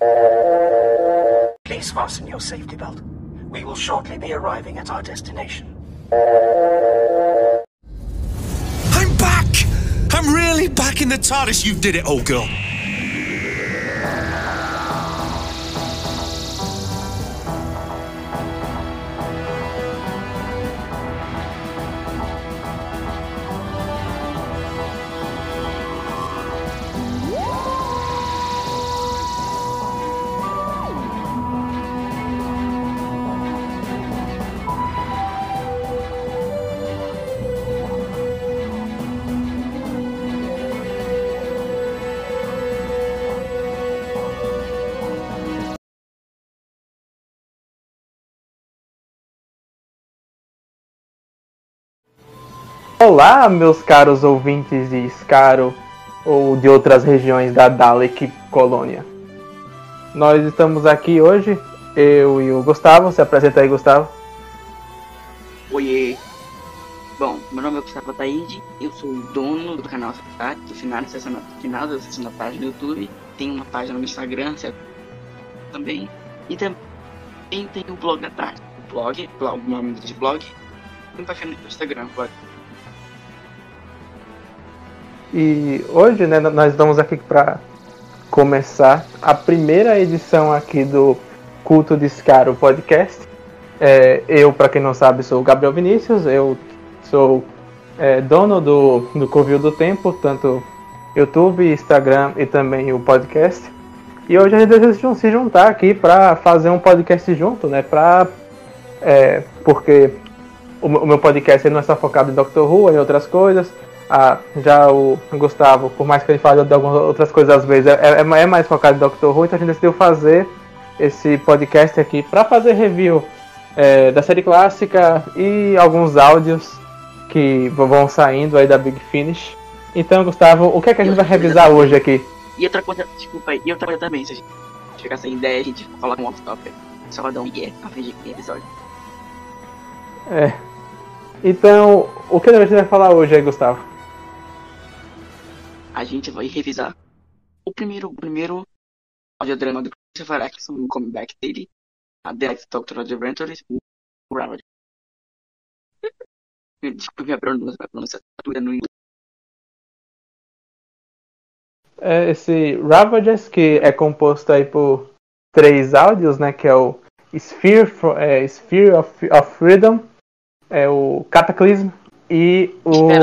Please fasten your safety belt. We will shortly be arriving at our destination. I'm back! I'm really back in the TARDIS. You did it, old girl. Olá, meus caros ouvintes de Skaro ou de outras regiões da Dalek Colônia. Nós estamos aqui hoje, eu e o Gustavo. Se apresenta aí, Gustavo. Oiê! Bom, meu nome é Gustavo Ataíde, eu sou o dono do canal do final da sessão da página do YouTube, tenho uma página no Instagram, certo? Também, e também tem o blog da tarde, o nome de blog, e uma página no Instagram, blog. E hoje, né, nós estamos aqui para começar a primeira edição aqui do Culto de Skaro Podcast. Eu, para quem não sabe, sou o Gabriel Vinícius, eu sou dono do Covil do Tempo, tanto YouTube, Instagram e também o podcast. E hoje a gente decidiu se juntar aqui para fazer um podcast junto, né, porque o meu podcast não é só focado em Doctor Who e outras coisas. Já o Gustavo, por mais que ele fale de algumas outras coisas às vezes, é mais focado em Doctor Who, então a gente decidiu fazer esse podcast aqui para fazer review da série clássica e alguns áudios que vão saindo aí da Big Finish. Então, Gustavo, o que é que a gente vai revisar hoje aqui? E outra coisa, desculpa aí, e outra coisa também, se a gente chegar sem ideia, a gente coloca um off-topic, só pra dar um a fim de episódio. Então, o que a gente vai falar hoje aí, Gustavo? A gente vai revisar o primeiro audiodrama do Christopher Eccleston, o comeback dele, a The Doctor Adventures, o Ravage. Desculpa minha pronúncia no inglês. Esse Ravages, que é composto aí por 3 áudios, né, que é o Sphere of Freedom, o Cataclysm e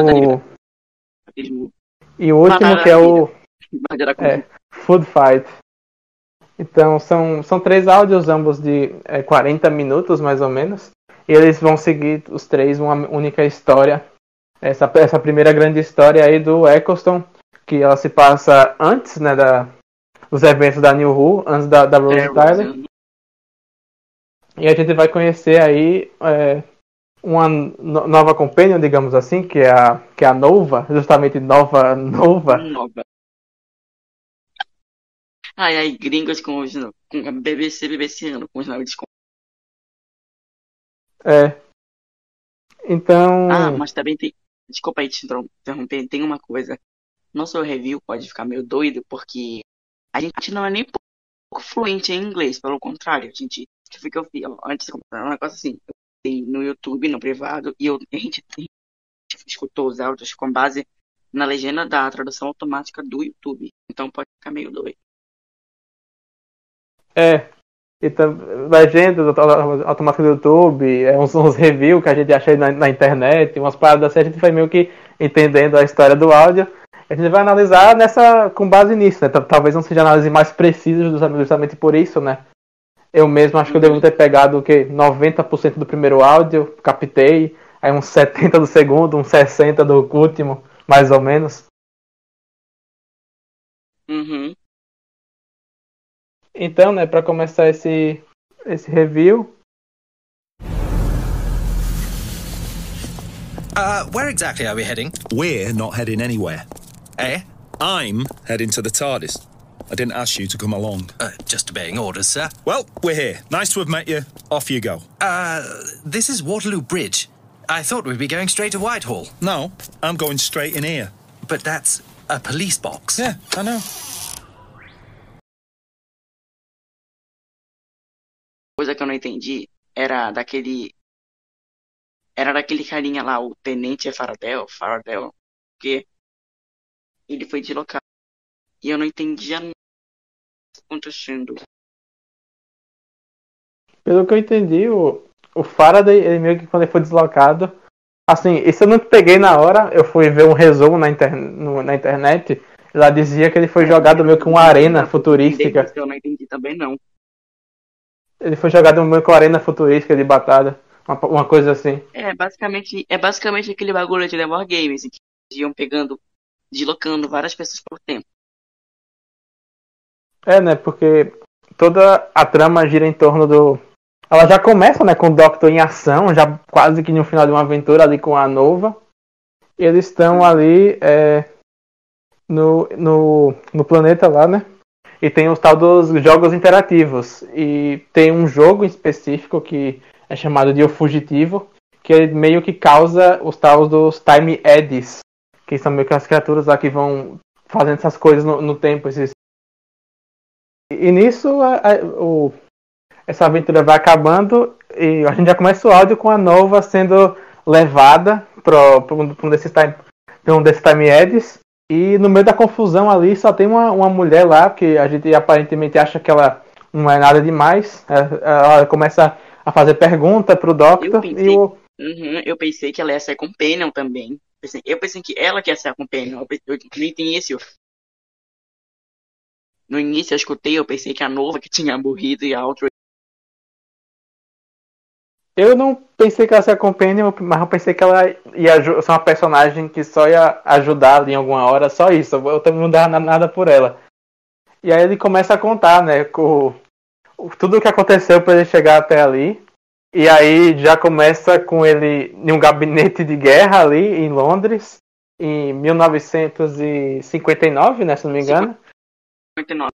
o último, que é o Food Fight. Então são 3 áudios, ambos de 40 minutos mais ou menos, e eles vão seguir os 3 uma única história, essa primeira grande história aí do Eccleston, que ela se passa antes, né, dos eventos da New Who, antes da Rose Tyler. E a gente vai conhecer aí uma nova companion, digamos assim, que é a Nova, justamente Nova. Ai, gringos com a BBC-ano, com os nomes de... Então... mas também tem... Desculpa aí te interromper, tem uma coisa. Nosso review pode ficar meio doido, porque a gente não é nem pouco fluente em inglês, pelo contrário, a gente fica... Antes de comprar um negócio assim, eu tem no YouTube, no privado, e a gente escutou os áudios com base na legenda da tradução automática do YouTube. Então pode ficar meio doido. Então, legenda automática do YouTube, uns reviews que a gente acha aí na internet, umas paradas assim, a gente vai meio que entendendo a história do áudio. A gente vai analisar com base nisso, né? Talvez não seja análise mais precisa justamente por isso, né? Eu mesmo acho que eu devo ter pegado o quê? 90% do primeiro áudio, captei, aí uns 70% do segundo, uns 60% do último, mais ou menos. Uhum. Então, né, para começar esse review... Where exactly are we heading? We're not heading anywhere. I'm heading to the TARDIS. I didn't ask you to come along. Just obeying orders, sir. Well, we're here. Nice to have met you. Off you go. This is Waterloo Bridge. I thought we'd be going straight to Whitehall. No, I'm going straight in here. But that's a police box. Yeah, I know. que eu não entendi era daquele carinha lá, o Tenente Faradell, que ele foi deslocado. E eu não entendia nada acontecendo. Pelo que eu entendi, o Faraday, ele meio que quando ele foi deslocado, assim, isso eu não peguei na hora, eu fui ver um resumo na internet, lá dizia que ele foi jogado meio que uma arena futurística. Eu não entendi também não. Ele foi jogado meio que uma arena futurística de batalha, uma coisa assim. É basicamente aquele bagulho de The War Games, em que eles iam deslocando várias pessoas por tempo. Né, porque toda a trama gira em torno do... Ela já começa, né, com o Doctor em ação, já quase que no final de uma aventura ali com a Nova. Eles estão ali no planeta lá, né? E tem os tal dos jogos interativos. E tem um jogo em específico que é chamado de O Fugitivo, que ele meio que causa os tal dos Time Eddies, que são meio que as criaturas lá que vão fazendo essas coisas no tempo. E nisso essa aventura vai acabando e a gente já começa o áudio com a Nova sendo levada para um desses Time Eddies. E no meio da confusão ali só tem uma mulher lá, que a gente aparentemente acha que ela não é nada demais. Ela começa a fazer pergunta pro Doctor. Eu pensei que ela ia ser Companion também. Eu pensei que ela quer ser a Companion. Eu nem tinha isso. No início eu pensei que a Nova que tinha morrido e a outra... Eu não pensei que ela seria Companion, mas eu pensei que ela ia ser uma personagem que só ia ajudar em alguma hora, só isso. Eu também não dava nada por ela. E aí ele começa a contar, né, tudo o que aconteceu para ele chegar até ali. E aí já começa com ele em um gabinete de guerra ali em Londres, em 1959, né, se não me engano. 59.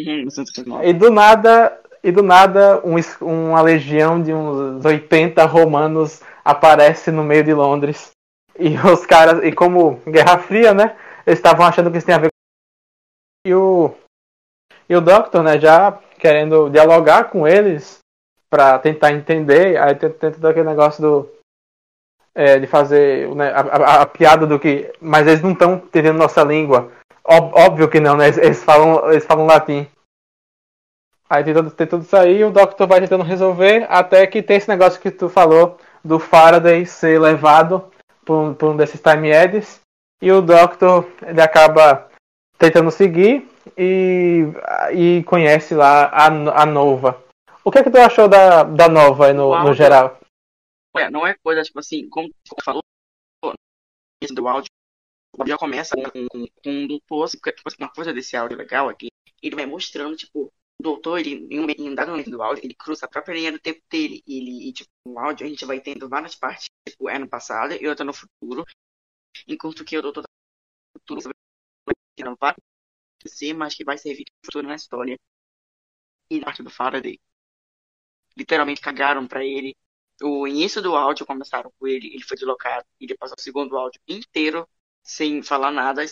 E do nada uma legião de uns 80 romanos aparece no meio de Londres. E os caras, e como Guerra Fria, né, eles estavam achando que isso tinha a ver com... E o Doctor, né, já querendo dialogar com eles pra tentar entender, aí tenta dar aquele negócio de fazer, né, a piada do que... Mas eles não estão entendendo nossa língua. Óbvio que não, né, eles falam latim. Aí tem tudo isso aí, o Doctor vai tentando resolver, até que tem esse negócio que tu falou, do Faraday ser levado por um desses Time Eddies, e o Doctor, ele acaba tentando seguir, e conhece lá a Nova. O que é que tu achou da Nova aí no geral? Não é coisa, tipo assim, como tu falou, do áudio, já começa com um doutor, tipo, uma coisa desse áudio legal aqui, ele vai mostrando, tipo, o doutor, ele, em um dado momento do áudio, ele cruza a própria linha do tempo dele. E tipo, no áudio a gente vai tendo várias partes, tipo, no passado e outra no futuro. Enquanto que o doutor no futuro que não vai acontecer, mas que vai servir de futuro na história. E na parte do Faraday, literalmente cagaram pra ele. O início do áudio começaram com ele foi deslocado. E ele passou o segundo áudio inteiro sem falar nada.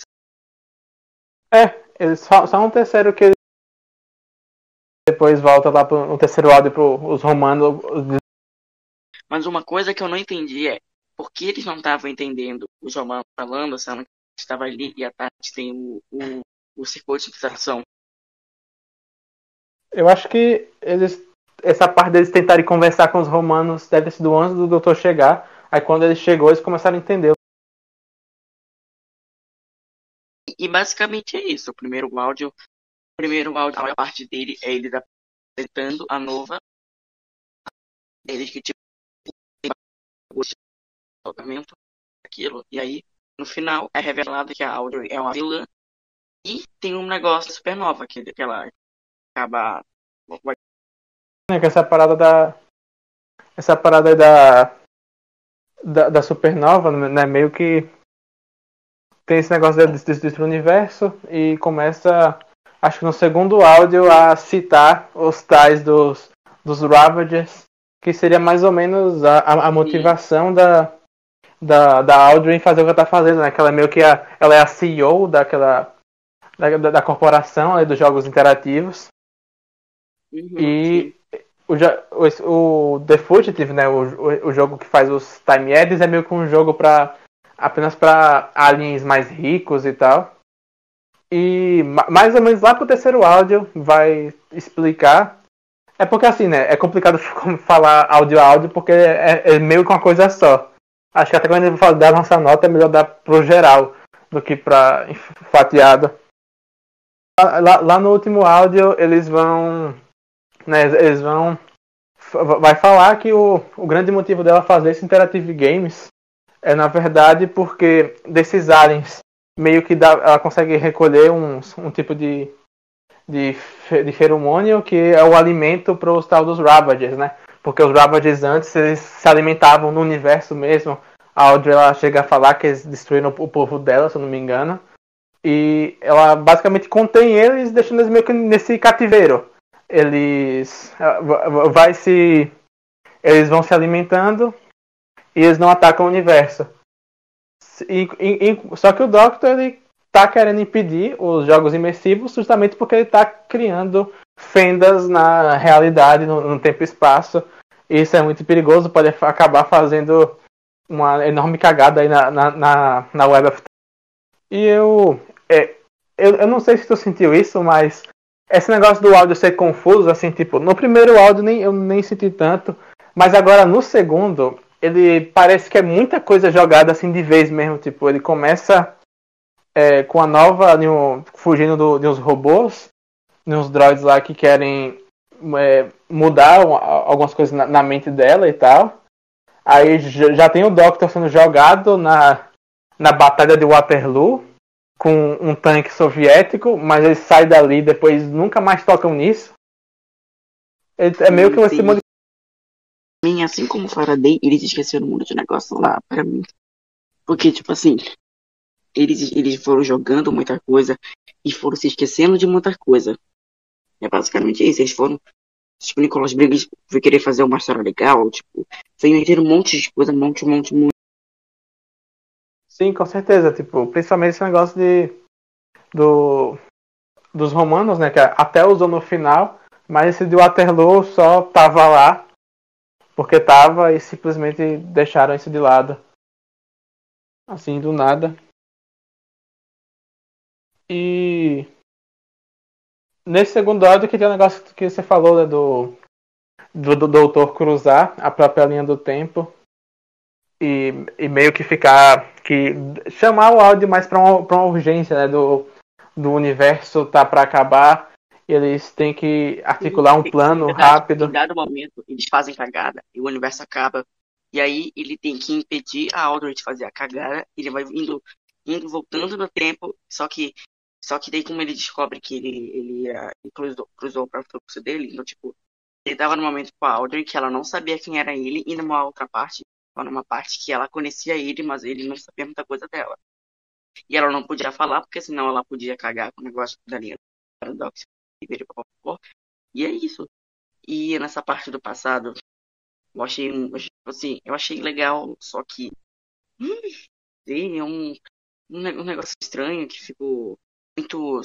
Eles só um terceiro que depois volta lá pro um terceiro áudio pros romanos. Mas uma coisa que eu não entendi é por que eles não estavam entendendo os romanos falando, sendo que estava ali e atrás tem o circuito de fixação. Eu acho que essa parte deles tentarem conversar com os romanos deve ter sido antes do doutor chegar. Aí quando ele chegou, eles começaram a entender. E basicamente é isso. O primeiro áudio, a maior parte dele é ele apresentando a Nova. Eles que tipo aquilo. E aí, no final, é revelado que a Audrey é uma vilã. E tem um negócio supernova que ela acaba... Essa parada da supernova, né, meio que tem esse negócio desse universo e começa, acho que no segundo áudio, a citar os tais dos Ravagers, que seria mais ou menos a motivação da Audrey em fazer o que ela tá fazendo, né? Que ela é meio que ela é a CEO da corporação ali, dos jogos interativos. E o The Fugitive, né, o jogo que faz os Time Ads, é meio que um jogo apenas para aliens mais ricos e tal. E mais ou menos lá pro terceiro áudio vai explicar. É porque assim, né, é complicado falar áudio a áudio porque é meio que uma coisa só. Acho que até quando a gente dar nossa nota é melhor dar pro geral do que pra fatiado. Lá no último áudio eles vão, né, vai falar que o grande motivo dela fazer esse Interactive Games é na verdade porque desses aliens meio que ela consegue recolher um tipo de feromônio que é o alimento para os tal dos Ravagers, né? Porque os Ravagers antes eles se alimentavam no universo mesmo. A Audrey ela chega a falar que eles destruíram o povo dela, se eu não me engano. E ela basicamente contém eles, deixando eles meio que nesse cativeiro. Eles vão se alimentando e eles não atacam o universo. Só que o Doctor ele tá querendo impedir os jogos imersivos justamente porque ele tá criando fendas na realidade, no tempo e espaço. E isso é muito perigoso, pode acabar fazendo uma enorme cagada aí na Web of. E eu não sei se tu sentiu isso, mas esse negócio do áudio ser confuso, assim, tipo, no primeiro áudio eu nem senti tanto, mas agora no segundo, ele parece que é muita coisa jogada assim de vez mesmo, tipo, ele começa com a nova, fugindo de uns robôs, de uns droids lá que querem mudar algumas coisas na mente dela e tal. Aí já tem o Doctor sendo jogado na Batalha de Waterloo com um tanque soviético, mas ele sai dali depois nunca mais tocam nisso. É meio que você assim como Faraday, eles esqueceram um monte de negócio lá pra mim. Porque, tipo assim, eles foram jogando muita coisa e foram se esquecendo de muita coisa. É basicamente isso. Eles foram. Tipo, Nicolas Briggs foi querer fazer uma história legal, tipo, foi meter um monte de coisa, um monte. Sim, com certeza. Tipo, principalmente esse negócio dos romanos, né? Que até usou no final, mas esse de Waterloo só tava lá porque tava e simplesmente deixaram isso de lado. Assim, do nada. E nesse segundo áudio que tem um negócio que você falou, né, do doutor cruzar a própria linha do tempo e meio que chamar o áudio mais pra uma urgência, né, do universo tá pra acabar, eles têm que articular um plano rápido. Em dado momento eles fazem cagada e o universo acaba, e aí ele tem que impedir a Audrey de fazer a cagada, ele vai indo voltando no tempo, só que daí como ele descobre que ele cruzou o próprio fluxo dele, então tipo, ele tava no momento com a Audrey que ela não sabia quem era ele, e numa outra parte, numa parte que ela conhecia ele, mas ele não sabia muita coisa dela. E ela não podia falar, porque senão ela podia cagar com o negócio da linha do paradoxo. E é isso. E nessa parte do passado, eu achei legal, só que é um negócio estranho que ficou muito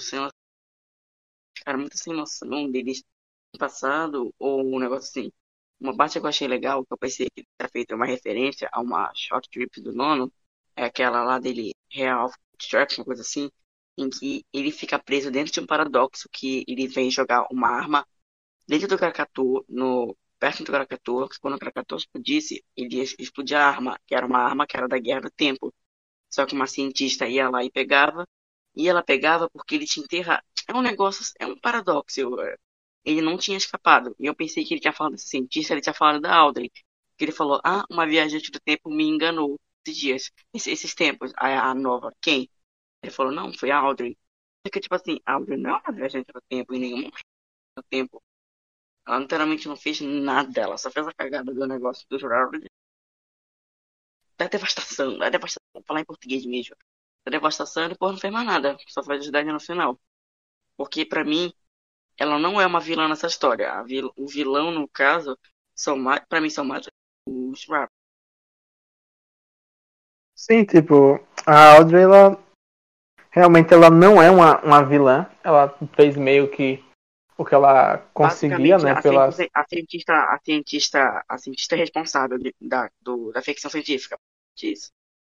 sem noção deles no passado, ou um negócio assim. Uma parte que eu achei legal, que eu pensei que era feita uma referência a uma short trip do nono, é aquela lá dele, Real Destruction, uma coisa assim, em que ele fica preso dentro de um paradoxo, que ele vem jogar uma arma dentro do Krakatoa, perto do Krakatoa, que quando o Krakatoa explodisse, ele ia explodir a arma, que era uma arma que era da Guerra do Tempo. Só que uma cientista ia lá e ela pegava porque ele tinha enterrado. É um negócio, é um paradoxo. Ele não tinha escapado. E eu pensei que ele tinha falado desse cientista, ele tinha falado da Audrey. Que ele falou, uma viajante do tempo me enganou esses dias, esses tempos. A nova, quem? Ele falou, não, foi a Audrey. Porque, tipo assim, a Audrey não é uma viajante do tempo em nenhum momento do tempo. Ela literalmente não fez nada. Ela só fez a cagada do negócio do Gerard. Da devastação. Vou falar em português mesmo. Da devastação e depois não fez mais nada. Só fez ajudar no final. Porque pra mim, ela não é uma vilã nessa história. O vilão, no caso, pra mim são mais os Rappers. Sim, tipo, a Audrey, ela realmente ela não é uma vilã. Ela fez meio que o que ela conseguia, né? A cientista responsável da ficção científica. Disso.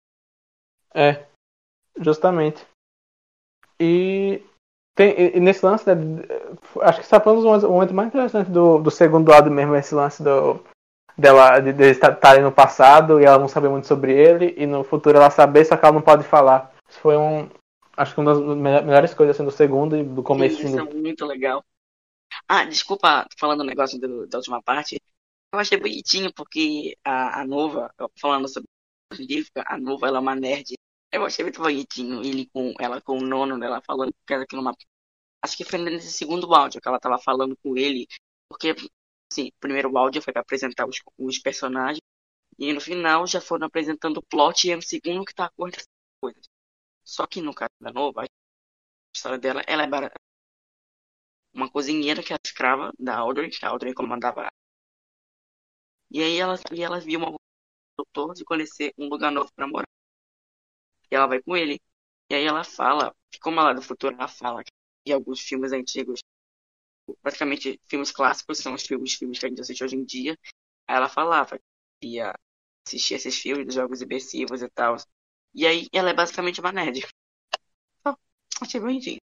Justamente. E nesse lance, né, acho que está falando o momento mais interessante do segundo áudio mesmo, esse lance de estarem no passado e ela não saber muito sobre ele, e no futuro ela saber, só que ela não pode falar. Isso foi acho que uma das melhores coisas assim, do segundo e do começo. Sim, isso é muito legal. Desculpa, falando o negócio da última parte, eu achei bonitinho porque a Nova, falando sobre a científica, a Nova ela é uma nerd. Eu achei muito bonitinho ela com o nono dela falando, acho que foi nesse segundo áudio que ela tava falando com ele, porque assim, o primeiro áudio foi para apresentar os personagens, e no final já foram apresentando o plot, e no segundo que tá acontecendo coisas. Só que no caso da Nova, a história dela, ela é uma cozinheira que é escrava da Audrey, que a Audrey comandava. E aí ela viu uma doutor de conhecer um lugar novo para morar. E ela vai com ele. E aí ela fala, como ela é do futuro, ela fala que alguns filmes antigos, praticamente filmes clássicos, são os filmes que a gente assiste hoje em dia. Aí ela falava que ia assistir esses filmes dos jogos imersivos e tal. E aí ela é basicamente uma nerd. Achei bonitinho.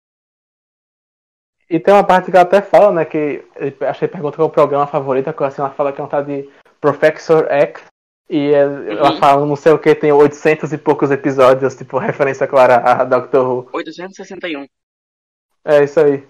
E tem uma parte que ela até fala, né, que acho que pergunta qual é o programa favorito, assim, ela fala que é um tal de Professor X, e ela fala não sei o que, tem 800 e poucos episódios, tipo, referência clara a Doctor Who. 861. É, isso aí.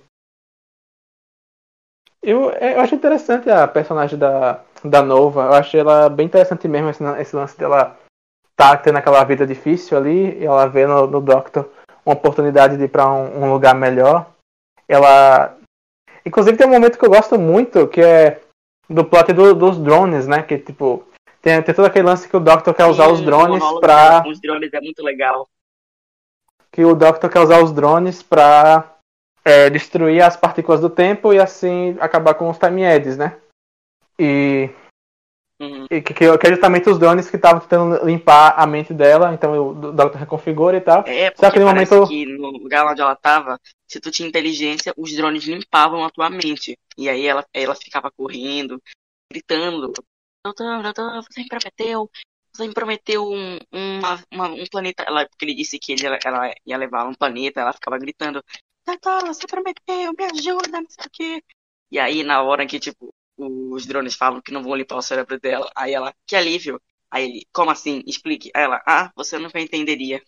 Eu acho interessante a personagem da Nova, eu achei ela bem interessante mesmo, esse lance dela tá tendo aquela vida difícil ali, e ela vê no Doctor uma oportunidade de ir pra um lugar melhor. Ela... Inclusive tem um momento que eu gosto muito, que é do plot dos drones, né? Que tipo, tem todo aquele lance que o Doctor quer usar os drones pra... Os drones é muito legal. Que o Doctor quer usar os drones pra destruir as partículas do tempo e assim acabar com os Time Eddies, né? E que é justamente os drones que estavam tentando limpar a mente dela, então o Doctor reconfigura e tal. Porque só que no momento que no lugar onde ela tava, se tu tinha inteligência, os drones limpavam a tua mente. E aí ela ficava correndo, gritando: Doutor, você me prometeu um planeta. Porque ele disse que ela ia levar um planeta, ela ficava gritando: Doutor, você prometeu, me ajuda, não sei o quê. E aí na hora que, tipo, os drones falam que não vão limpar o cérebro dela, aí ela: que alívio. Aí ele: como assim? Explique. Aí ela: você nunca entenderia.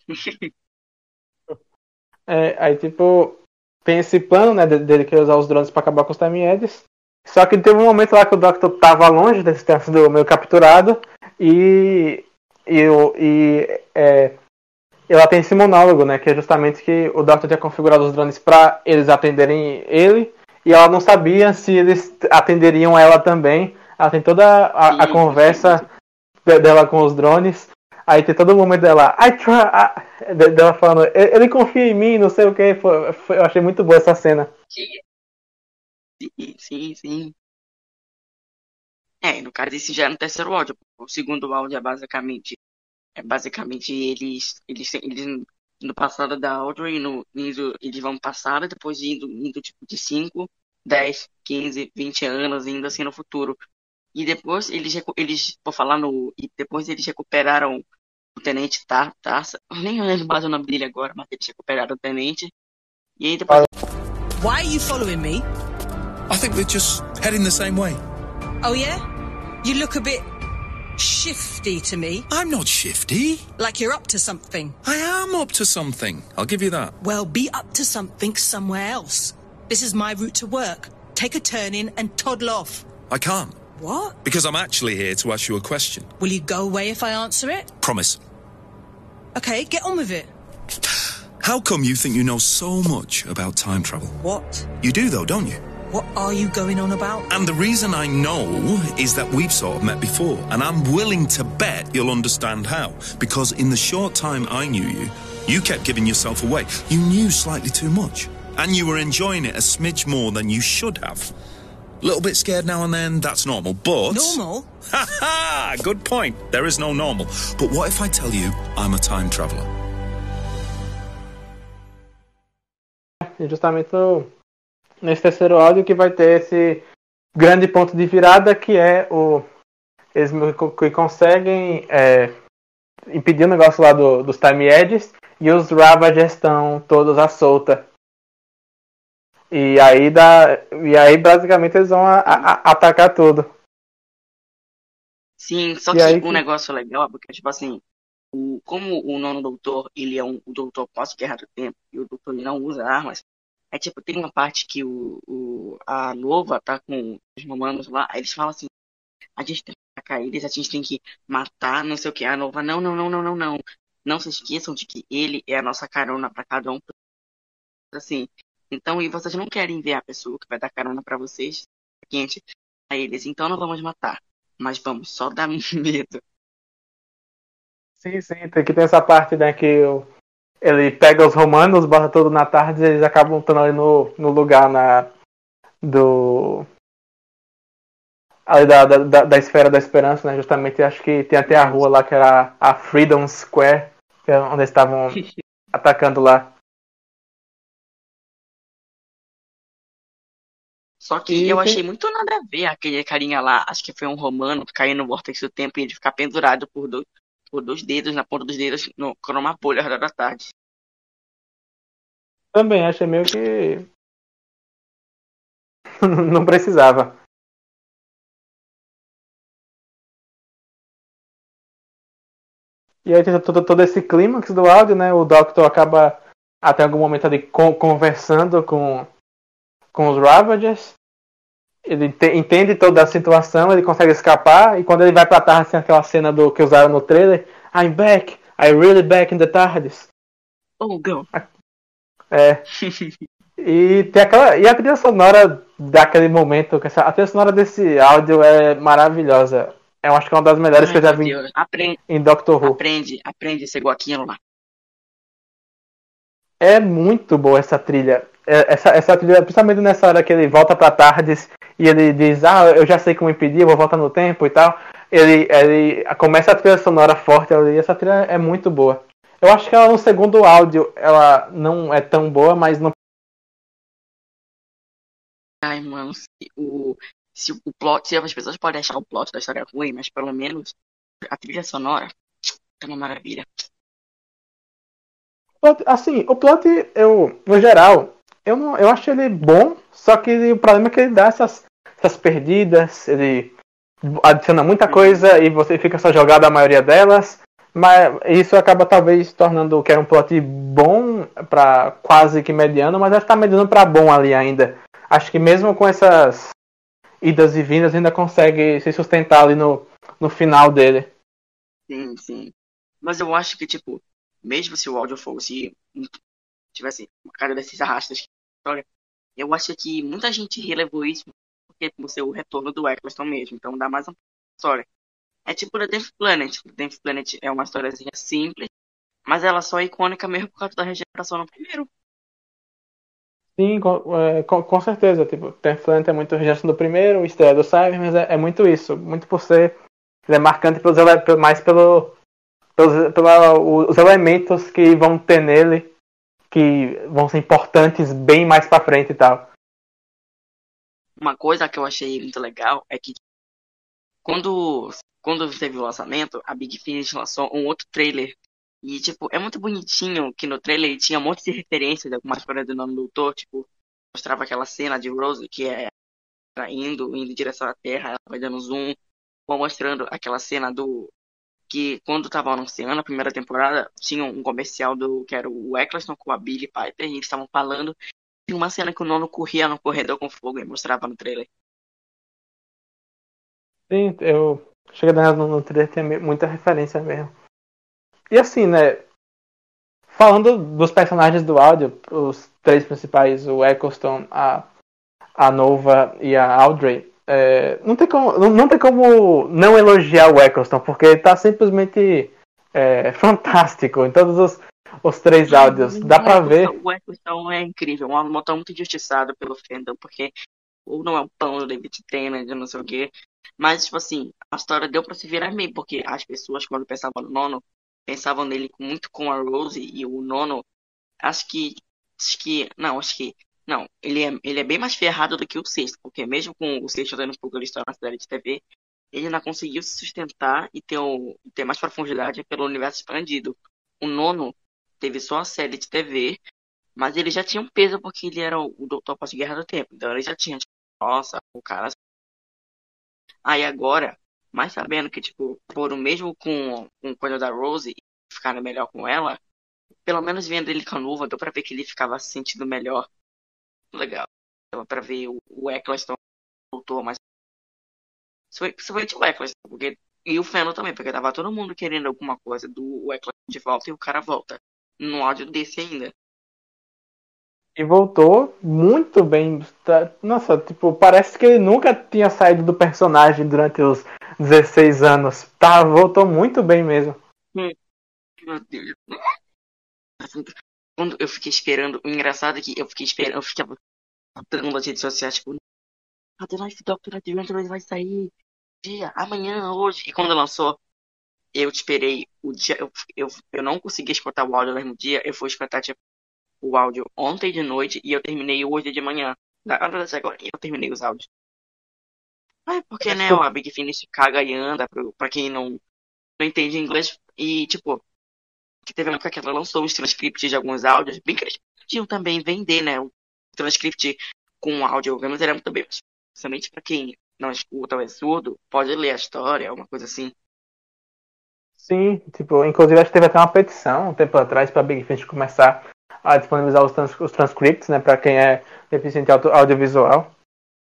Aí tipo, tem esse plano, né, dele querer usar os drones pra acabar com os Time Eddies. Só que teve um momento lá que o Doctor tava longe desse ter sido meio capturado e ela tem esse monólogo, né, que é justamente que o Doctor tinha configurado os drones pra eles atenderem ele, e ela não sabia se eles atenderiam ela também. Ela tem toda a conversa dela com os drones. Aí tem todo o momento dela dela falando, ele confia em mim, não sei o que. Eu achei muito boa essa cena. Sim. No caso, esse já é no terceiro áudio. O segundo áudio é basicamente eles no passado da Audrey, eles vão passado, depois indo tipo de 5, 10, 15, 20 anos, indo assim no futuro. E depois eles vou falar e depois eles recuperaram o Tenente Tarsa. Nem lembro mais o nome dele agora, mas eles recuperaram o Tenente. E aí depois... Why are you following me? I think we're just heading the same way. Oh yeah? You look a bit shifty to me. I'm not shifty. Like you're up to something. I am up to something. I'll give you that. Well, be up to something somewhere else. This is my route to work. Take a turn in and toddle off. I can't. What? Because I'm actually here to ask you a question. Will you go away if I answer it? Promise. Okay, get on with it. How come you think you know so much about time travel? What? You do though, don't you? What are you going on about? And the reason I know is that we've sort of met before, and I'm willing to bet you'll understand how. Because in the short time I knew you, you kept giving yourself away. You knew slightly too much. And you were enjoying it a smidge more than you should have. A little bit scared now and then, that's normal, but... Normal? Ha ha! Good point. There is no normal. But what if I tell you I'm a time traveller? E justamente nesse terceiro áudio que vai ter esse grande ponto de virada, que é eles que conseguem impedir o negócio lá dos Time Edges, e os Ravagers estão todos à solta. E aí basicamente eles vão atacar tudo. Sim, só E que aí um negócio legal é porque, tipo assim, como o nono doutor, ele é o doutor pós-guerra do tempo, e o doutor ele não usa armas, é tipo, tem uma parte que a Nova tá com os romanos lá, aí eles falam assim, a gente tem que atacar eles, a gente tem que matar, não sei o que, a Nova, não, não, não, não, não, não. Não se esqueçam de que ele é a nossa carona pra cada um, assim. Então, e vocês não querem ver a pessoa que vai dar carona pra vocês, quente, a eles, então não vamos matar, mas vamos só dar medo. Sim, tem que ter essa parte, né, que ele pega os romanos, bota tudo na tarde e eles acabam estando ali no lugar ali da esfera da esperança, né, justamente, acho que tem até a rua lá que era a Freedom Square, que é onde eles estavam atacando lá. Só que E eu tem- achei muito nada a ver aquele carinha lá, acho que foi um romano, cair no vórtice do tempo e ele ficar pendurado por dois dedos, na ponta dos dedos, no chroma bolha da tarde. Também achei meio que não precisava. E aí tem todo esse clímax do áudio, né? O Doctor acaba até algum momento ali conversando com os Ravagers. Ele entende toda a situação, ele consegue escapar, e quando ele vai pra TARDIS tem aquela cena do que usaram no trailer, I'm back, I'm really back in the TARDIS. Oh, go! É. E tem e a trilha sonora daquele momento, a trilha sonora desse áudio é maravilhosa. Eu acho que é uma das melhores que eu já vi em Doctor Who. Aprende a ser igual aquilo lá. É muito boa essa trilha. Essa trilha, principalmente nessa hora que ele volta pra TARDIS e ele diz, eu já sei como impedir, eu vou voltar no tempo e tal. Ele começa a trilha sonora forte ali, essa trilha é muito boa. Eu acho que ela no segundo áudio, ela não é tão boa, mas no... Ai, mano, se as pessoas podem achar o plot da história ruim, mas pelo menos a trilha sonora é uma maravilha. Assim, o plot, no geral, eu acho ele bom, só que o problema é que ele dá essas perdidas, ele adiciona muita coisa e você fica só jogado a maioria delas, mas isso acaba talvez tornando o que era um plot bom pra quase que mediano, mas acho que tá mediano pra bom ali ainda. Acho que mesmo com essas idas e vindas ainda consegue se sustentar ali no final dele. Sim, sim. Mas eu acho que, tipo, mesmo se o áudio fosse tivesse uma cara desses arrastos, eu acho que muita gente relevou isso porque por ser o retorno do Eccleston mesmo, então dá mais uma história. É tipo The Tenth Planet. The Tenth Planet é uma historiazinha simples, mas ela só é icônica mesmo por causa da regeneração no primeiro. Sim, com certeza. Tipo, Tenth Planet é muito regeneração do primeiro, estreia do Cyber, mas é muito isso. Muito por ser... Ele é marcante mais pelos elementos que vão ter nele, que vão ser importantes bem mais pra frente e tal. Uma coisa que eu achei muito legal é que quando teve o lançamento, a Big Finish lançou um outro trailer. E, tipo, é muito bonitinho que no trailer tinha um monte de referências de algumas coisas do Nono Doutor. Tipo, mostrava aquela cena de Rose que é indo em direção à Terra, ela vai dando zoom. Ou mostrando aquela cena que quando tava anunciando a primeira temporada, tinha um comercial que era o Eccleston com a Billie Piper, e eles estavam falando. Tinha uma cena que o Nono corria no corredor com fogo e mostrava no trailer. Sim, eu cheguei no trailer, tem muita referência mesmo. E assim, né, falando dos personagens do áudio, os três principais, o Eccleston, a Nova e a Audrey, não tem como não elogiar o Eccleston, porque ele tá simplesmente fantástico em todos os três áudios. Dá pra ver. O Eccleston é incrível, um motor muito injustiçado pelo fandom, porque ou não é o pão do David Tennant, não sei o quê. Mas, tipo assim, a história deu pra se virar meio, porque as pessoas, quando pensavam no Nono, pensavam nele muito com a Rose, e o Nono, acho que Não, ele é bem mais ferrado do que o sexto, porque mesmo com o sexto dando um pouco de história na série de TV, ele ainda conseguiu se sustentar e ter mais profundidade pelo universo expandido. O nono teve só a série de TV, mas ele já tinha um peso porque ele era o Doutor Pós-Guerra do Tempo. Então ele já tinha, tipo, nossa, o cara. Aí agora, mais sabendo que, tipo, foram mesmo com coisa da Rose e ficaram melhor com ela, pelo menos vendo ele com a Nova, deu pra ver que ele ficava se sentindo melhor. Legal. Deu pra ver o Eccleston voltou, mas principalmente o Eccleston, porque e o Fennel também, porque tava todo mundo querendo alguma coisa do Eccleston de volta e o cara volta. No áudio desse ainda. E voltou muito bem. Nossa, tipo, parece que ele nunca tinha saído do personagem durante os 16 anos. Tá, voltou muito bem mesmo. Meu Deus. Quando eu fiquei esperando, o engraçado é que eu ficava dando nas redes sociais, tipo, a The Life Doctor Adventure vai sair dia, amanhã, hoje. E quando lançou, eu esperei o dia, eu não consegui escutar o áudio no mesmo dia, eu fui escutar, tipo, o áudio ontem de noite e eu terminei hoje de manhã. Na verdade, agora eu terminei os áudios. Porque, né, a Big Finish caga e anda, pra quem não entende inglês. E, tipo, que teve uma época que ela lançou os transcripts de alguns áudios, bem que eles podiam também vender, né, o transcript com áudio, mas era muito bem, principalmente pra quem não escuta ou é surdo, pode ler a história, alguma coisa assim. Sim, tipo, inclusive acho que teve até uma petição um tempo atrás pra Big Finish começar a disponibilizar os transcripts, né, pra quem é deficiente audiovisual.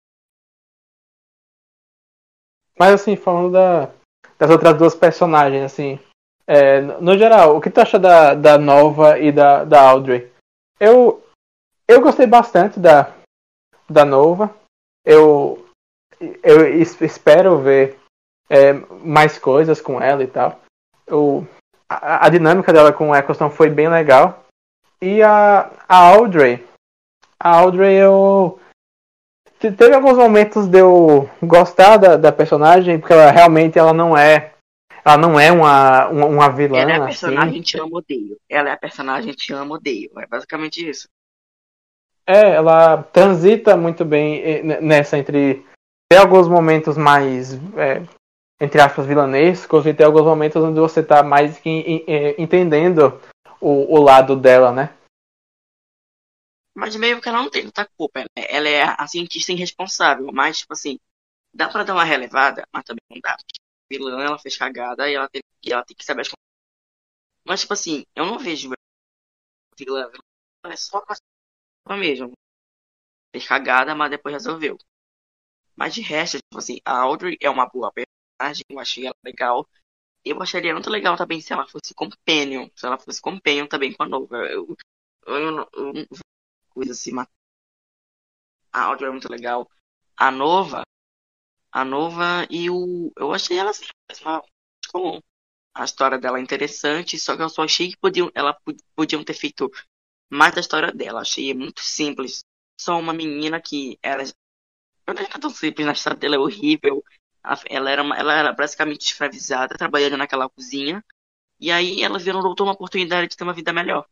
Mas assim, falando das outras duas personagens, assim, no geral, o que tu acha da Nova e da Audrey? Eu gostei bastante da Nova. Eu espero ver mais coisas com ela e tal. A dinâmica dela com o Eccleston foi bem legal. E a Audrey, teve alguns momentos de eu gostar da personagem, porque ela realmente não é uma vilã. Ela é a personagem assim. te amo odeio. Ela é a personagem te amo odeio. É basicamente isso. Ela transita muito bem nessa entre ter alguns momentos mais entre aspas vilanescos e ter alguns momentos onde você tá mais que entendendo o lado dela, né? Mas meio que ela não tem muita culpa. Ela é a cientista irresponsável. Mas, tipo assim, dá pra dar uma relevada, mas também não dá. Porque a vilã, ela fez cagada e ela tem que saber as coisas. Mas, tipo assim, eu não vejo vilã. Ela é só com a mesmo. Fez cagada, mas depois resolveu. Mas de resto, tipo assim, a Audrey é uma boa personagem. Eu achei ela legal. Eu acharia muito legal também se ela fosse companion. Se ela fosse companion também com a Nova. Eu não coisa assim, mas a Audrey é muito legal. A Nova e eu achei ela assim, comum. A história dela é interessante, só que eu só achei que podiam ter feito mais da história dela. Achei muito simples. Só uma menina que ela não é tão simples, na história dela é horrível. Ela era basicamente escravizada, trabalhando naquela cozinha. E aí ela voltou uma oportunidade de ter uma vida melhor.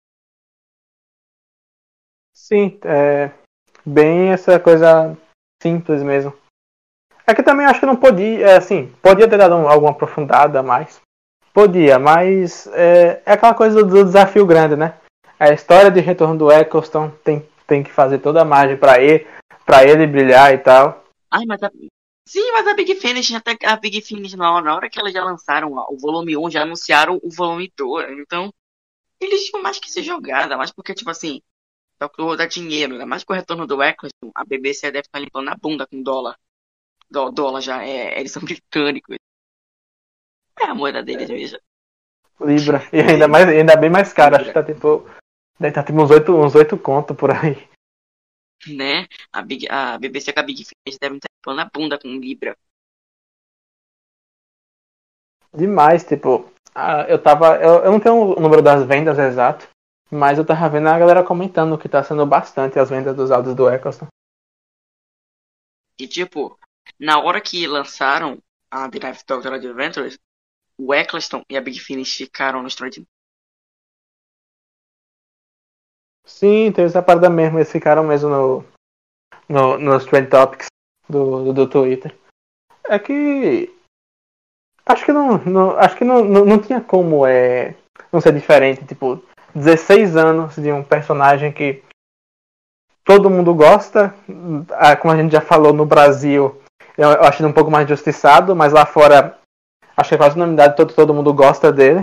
Sim, bem essa coisa simples mesmo. É que também acho que não podia, podia ter dado alguma aprofundada a mais. Podia, mas é aquela coisa do desafio grande, né? A história de retorno do Eccleston tem que fazer toda a margem pra ele brilhar e tal. Ai, sim, mas a Big Finish, até a Big Finish, na hora que elas já lançaram o volume 1, já anunciaram o volume 2. Então, eles tinham mais que se jogar, ainda mais porque, tipo assim, é o que dá dinheiro, ainda mais com o retorno do Eccleston, a BBC deve estar limpando a bunda com dólar. Dólar já eles são britânicos. É a moeda deles, veja. Libra. E ainda bem mais caro. Libra. Acho que deve estar tipo uns 8 conto por aí. Né? A BBC com a Big Finish devem estar limpando a bunda com Libra. Demais, tipo, eu não tenho o número das vendas exato, mas eu tava vendo a galera comentando que tá sendo bastante as vendas dos áudios do Eccleston. E tipo, na hora que lançaram a The Life Doctor Adventures, o Eccleston e a Big Finish ficaram nos trade. Sim, teve essa parada mesmo. Eles ficaram mesmo nos Trend Topics do Twitter. É que... Acho que não tinha como não ser diferente. Tipo, 16 anos de um personagem que todo mundo gosta. Como a gente já falou, no Brasil, eu acho ele um pouco mais injustiçado, mas lá fora, acho que quase unanimidade, todo mundo gosta dele.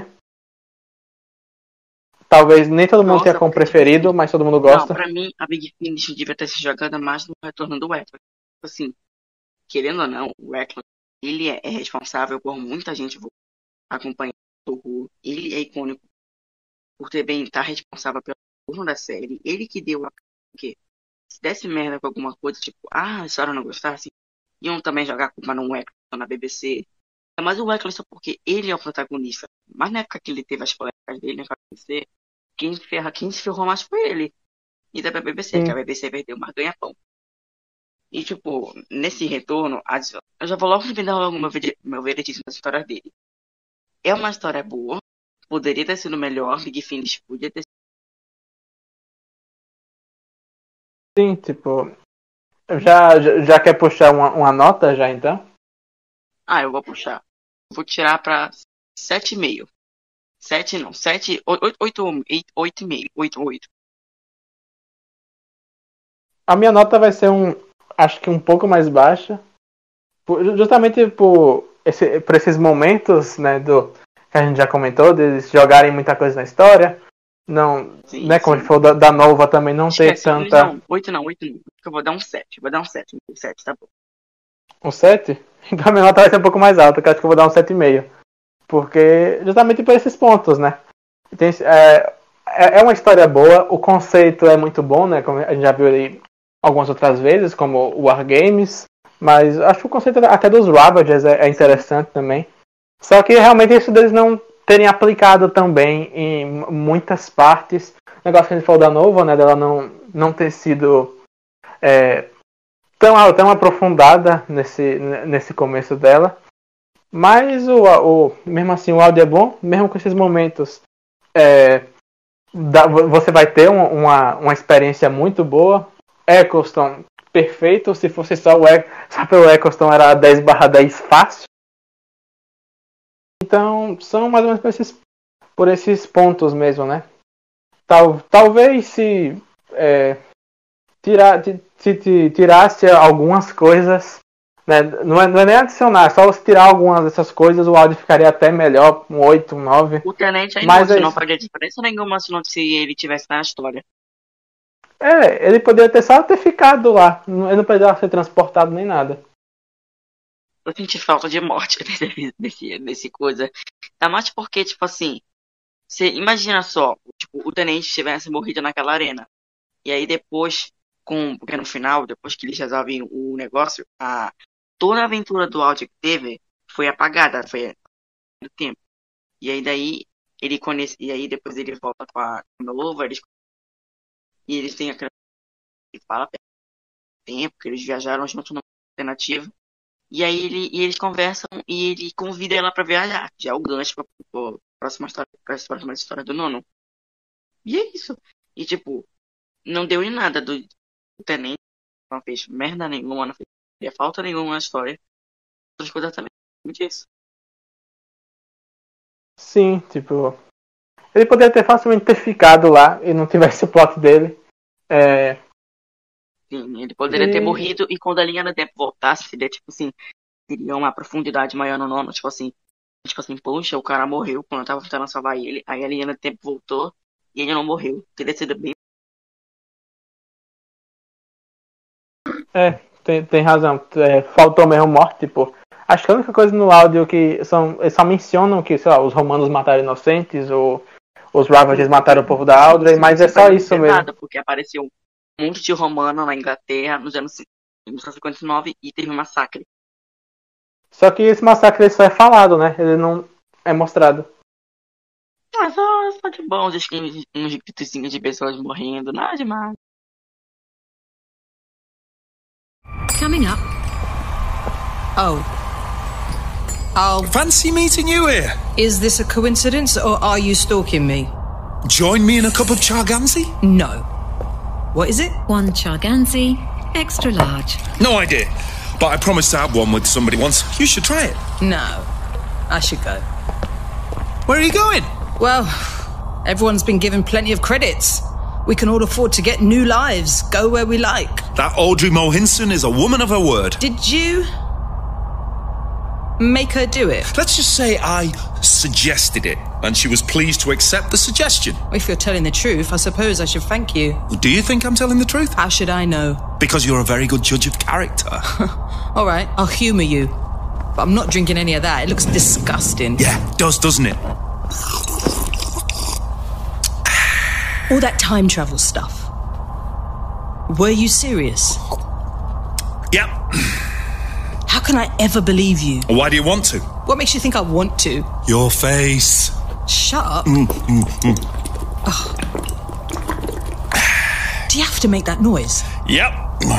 Talvez nem todo mundo tenha como preferido, mas todo mundo gosta. Não, pra mim, a Big Finish devia ter se jogado mais no retorno do Eckler. Assim, querendo ou não, o Eckler, ele é responsável por muita gente acompanhar o Who. Ele é icônico por também estar responsável pelo retorno da série. Ele que deu a... que se desse merda com alguma coisa, tipo, a história não gostasse, iam também jogar a culpa no Eckler na BBC. Mas o Eckler só porque ele é o protagonista. Mas na época que ele teve as polêmicas dele na BBC, quem se ferrou mais foi ele. E da BBC, que a BBC perdeu uma ganha-pão. E tipo, nesse retorno, eu já vou logo me dar meu veredito das histórias dele. É uma história boa, poderia ter sido melhor, Big Finish podia ter sido. Sim, tipo, já quer puxar uma nota já então? Eu vou puxar. Vou tirar pra 7,5. 7 não, 7, 8,5, 8. A minha nota vai ser acho que um pouco mais baixa. Justamente por esses momentos, né, que a gente já comentou, deles jogarem muita coisa na história. Não, sim, né, como a gente falou da Nova também não ter tanta... Não, 8 não. Eu vou dar um 7. Vou dar um 7, tá bom. Um 7? Então a minha nota vai ser um pouco mais alta, que eu acho que eu vou dar um 7,5. Porque, justamente por esses pontos, né? É uma história boa, o conceito é muito bom, né? Como a gente já viu aí algumas outras vezes, como o Wargames. Mas acho que o conceito até dos Ravagers é interessante também. Só que realmente isso deles não terem aplicado também em muitas partes. O negócio que a gente falou da Nova, né? Dela não ter sido tão aprofundada nesse começo dela. Mas mesmo assim o áudio é bom, mesmo com esses momentos você vai ter uma experiência muito boa. Eccleston, perfeito. Se fosse só pelo Eccleston era 10/10 fácil. Então são mais ou menos por esses pontos mesmo, né? Talvez se tirasse algumas coisas, né? Não é nem adicionar, só você tirar algumas dessas coisas, o áudio ficaria até melhor, um 8, um 9. O Tenente ainda não faria diferença nenhuma se ele tivesse na história. Ele poderia só ter ficado lá, ele não precisava ser transportado nem nada. Eu senti falta de morte nesse coisa. Tá mais porque, tipo assim, você imagina só, tipo, o Tenente tivesse morrido naquela arena. E aí depois, porque no final, depois que eles resolvem o negócio, toda a aventura do áudio que teve foi apagada, foi do tempo. E aí ele conhece, e aí depois ele volta com a Nova, e eles têm aquela que fala tempo, que eles viajaram junto numa alternativa. E aí eles conversam e ele convida ela pra viajar. Já é o gancho pra próxima história do Nono. E é isso. E tipo, não deu em nada do Tenente, não fez merda nenhuma, não fez falta nenhuma na história. Outras coisas também disso. Sim, tipo, ele poderia ter facilmente ficado lá e não tivesse o plot dele. Sim, ele poderia ter morrido e quando a linha do tempo voltasse, seria tipo assim, teria uma profundidade maior no Nono, tipo assim, poxa, o cara morreu quando eu tava tentando salvar ele, aí a linha do tempo voltou e ele não morreu. Teria sido bem. Tem razão. Faltou mesmo morte, tipo. Acho que a única coisa no áudio que eles só mencionam que, sei lá, os romanos mataram inocentes, ou os Ravagers mataram o povo da Aldrey, mas é só isso mesmo. Nada, porque apareceu um monte de romano na Inglaterra nos anos 1959 e teve um massacre. Só que esse massacre só é falado, né? Ele não é mostrado. Só de bom, uns gritozinhos de pessoas morrendo, nada demais. Coming up. Fancy meeting you here. Is this a coincidence or are you stalking me? Join me in a cup of Charganzi? No. What is it? 1 Charganzi, extra large. No idea. But I promised to have one with somebody once. You should try it. No. I should go. Where are you going? Well, everyone's been given plenty of credits. We can all afford to get new lives, go where we like. That Audrey Mohinson is a woman of her word. Did you make her do it? Let's just say I suggested it, and she was pleased to accept the suggestion. If you're telling the truth, I suppose I should thank you. Do you think I'm telling the truth? How should I know? Because you're a very good judge of character. All right, I'll humour you. But I'm not drinking any of that. It looks disgusting. Yeah, it does, doesn't it? All that time travel stuff. Were you serious? Yep. How can I ever believe you? Why do you want to? What makes you think I want to? Your face. Shut up. Do you have to make that noise? Yep.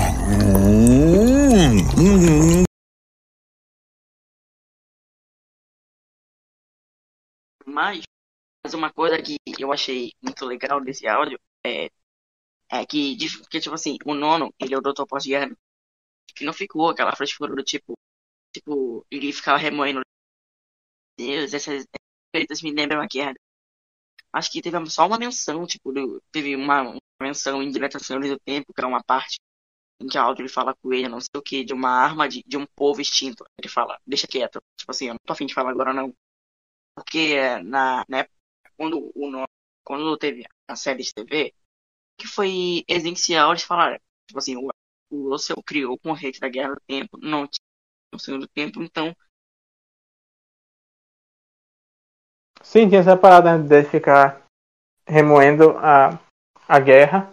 Mas uma coisa que eu achei muito legal desse áudio é que tipo assim, o Nono, ele é o doutor pós-guerra, que não ficou aquela frescura do tipo, ele ficava remoendo. Deus, essas coisas me lembram a guerra. Acho que teve só uma menção, tipo, teve uma menção em Direto Senhores do Tempo, que era uma parte em que a Audrey fala com ele, não sei o que, de uma arma de um povo extinto. Ele fala, deixa quieto. Tipo assim, eu não tô a fim de falar agora não. Porque na época, quando teve a série de TV, que foi essencial eles falaram, tipo assim, o Russell criou o conceito da Guerra do Tempo, não tinha o Senhor do Tempo, então... Sim, tinha essa parada, né, de ficar remoendo a guerra.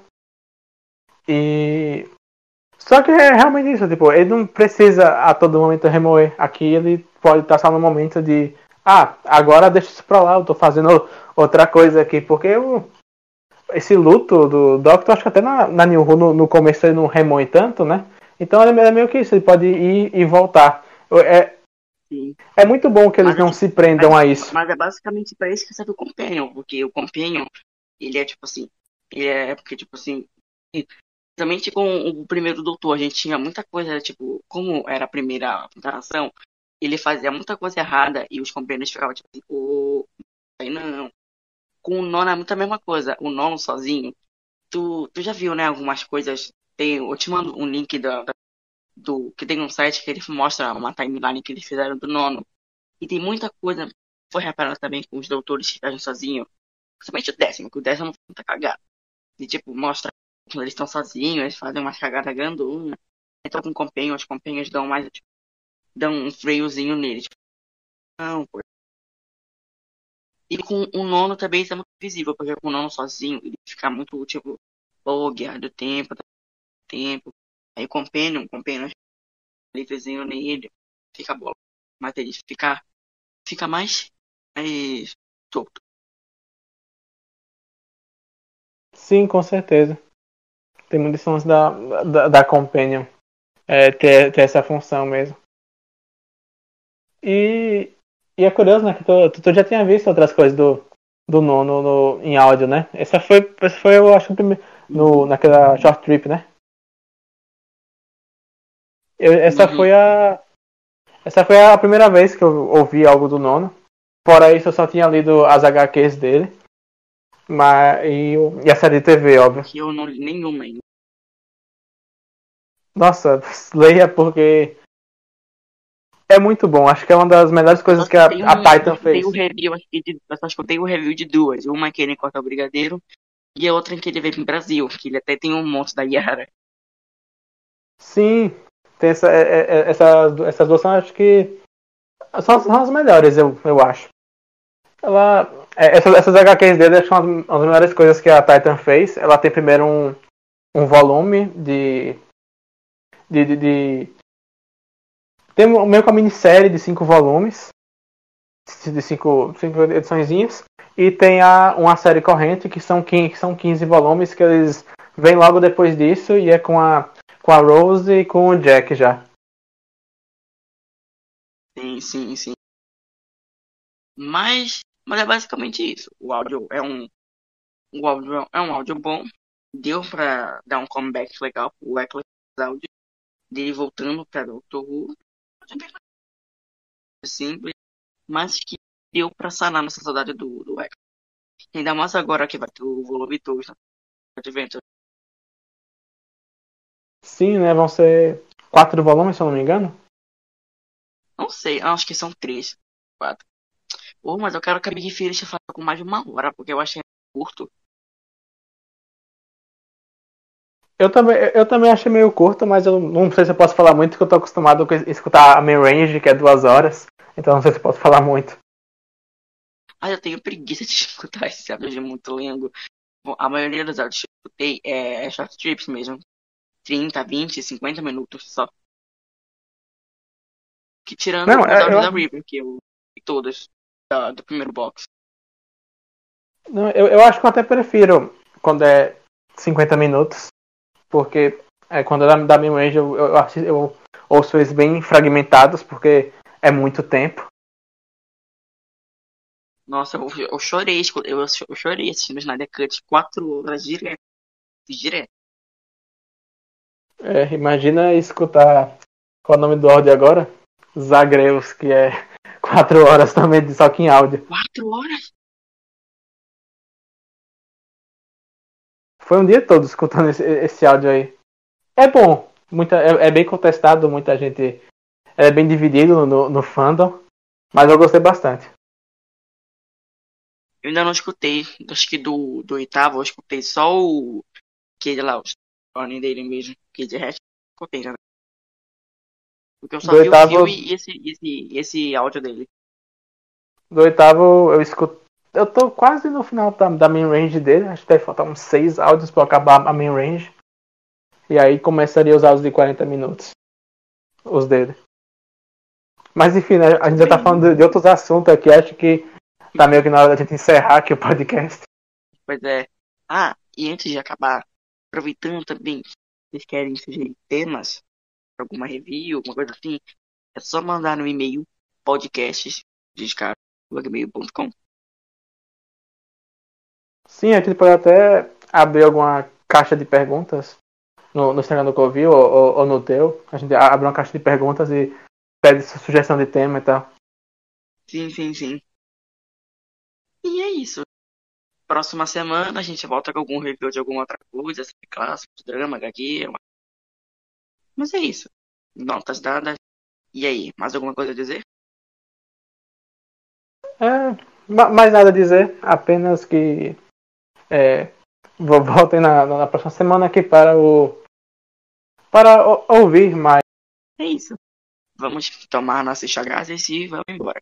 E... Só que é realmente isso, tipo, ele não precisa a todo momento remoer. Aqui ele pode estar só no momento de... agora deixa isso pra lá, eu tô fazendo outra coisa aqui, porque esse luto do Doctor, acho que até na New Who no começo ele não remoe tanto, né? Então ele é meio que isso, ele pode ir e voltar. É muito bom que eles não se prendam a isso. Mas é basicamente pra isso que serve o Companion, porque o Companion, ele é tipo assim, principalmente com o primeiro Doutor, a gente tinha muita coisa, tipo, como era a primeira interação, ele fazia muita coisa errada e os companheiros ficavam tipo assim, aí não. Com o Nono é muito a mesma coisa. O Nono sozinho, tu já viu, né, algumas coisas. Eu te mando um link do que tem um site que ele mostra uma timeline que eles fizeram do Nono. E tem muita coisa. Foi reparado também com os doutores que fazem sozinho. Principalmente o 10º, que o 10º foi muita cagada. E tipo, mostra quando eles estão sozinhos, eles fazem uma cagada grandona. Então com o Companion, os Companions dão mais, tipo, dão um freiozinho nele. Tipo, não, pô. E com o Nono também isso é muito visível, porque com o Nono sozinho, ele fica muito, tipo, guerra do tempo. Aí o Companion livrezinho nele, fica bola. Mas ele fica mais solto. Sim, com certeza. Tem muitas sons da Companion. Ter essa função mesmo. E é curioso, né, que tu já tinha visto outras coisas do Nono em áudio, né? Essa foi eu acho, naquela Short Trip, né? Essa foi a primeira vez que eu ouvi algo do Nono. Fora isso, eu só tinha lido as HQs dele. E a série de TV, óbvio. Que eu não li nenhuma ainda. Nossa, leia porque... É muito bom, acho que é uma das melhores coisas que a Titan fez. Acho que eu tenho o review de duas. Uma que ele corta o brigadeiro e a outra em que ele veio pro Brasil, que ele até tem um monstro da Yara. Sim, tem essas duas são, acho que são as melhores, eu acho. Essas HQs dele acho que são as melhores coisas que a Titan fez. Ela tem primeiro um volume tem meio que uma minissérie de 5 volumes, de 5 ediçõezinhas, e tem uma série corrente que são 15 volumes, que eles vêm logo depois disso, e é com a Rose e com o Jack já. Sim. Mas é basicamente isso. O áudio é um áudio bom, deu pra dar um comeback legal pro Eccleston, áudio dele voltando pra Doctor Who. Simples, mas que deu pra sanar nessa saudade do Eccleston. Ainda mais agora que vai ter o volume 2 na Adventure. Sim, né? Vão ser 4 volumes, se eu não me engano. Não sei, acho que são 3, 4. Mas eu quero que a Big Finish faça com mais de 1 hora, porque eu achei curto. Eu também achei meio curto, mas eu não sei se eu posso falar muito, porque eu tô acostumado a escutar a main range, que é 2 horas. Então não sei se eu posso falar muito. Eu tenho preguiça de escutar esse áudio muito longo. Bom, a maioria dos áudios que eu escutei é short trips mesmo. 30, 20, 50 minutos só. Que tirando os áudios da River, que eu vi todos do primeiro box. Não, eu acho que eu até prefiro quando é 50 minutos. Porque quando é da main range eu ouço eles bem fragmentados, porque é muito tempo. Nossa, eu chorei, eu chorei assistindo o Snyder Cut 4 horas direto. Imagina escutar qual é o nome do áudio agora? Zagreus, que é 4 horas também, só que em áudio. 4 horas? Foi um dia todo escutando esse áudio aí. É bom, é bem contestado, muita gente é bem dividido no fandom, mas eu gostei bastante. Eu ainda não escutei, acho que do 8º eu escutei só o que lá, o story dele mesmo, que de resto eu escutei, né? Porque eu só vi o filme e esse áudio dele. Do 8º eu escuto. Eu tô quase no final da main range dele, acho que deve faltar uns 6 áudios pra acabar a main range. E aí começaria os áudios de 40 minutos. Os dele. Mas enfim, né, a gente já tá falando de outros assuntos aqui, acho que tá meio que na hora da gente encerrar aqui o podcast. Pois é. E antes de acabar, aproveitando também, se vocês querem sugerir temas para alguma review, alguma coisa assim, é só mandar no e-mail podcastsdescaro@gmail.com. Sim, a gente pode até abrir alguma caixa de perguntas no Instagram do Covil ou no teu. A gente abre uma caixa de perguntas e pede sugestão de tema e tal. Sim. E é isso. Próxima semana a gente volta com algum review de alguma outra coisa, clássico, drama, HQ. Mas é isso. Notas dadas. E aí, mais alguma coisa a dizer? Mais nada a dizer, apenas que voltem na próxima semana aqui para ouvir mais. É isso. Vamos tomar nossas chagadas e vamos embora.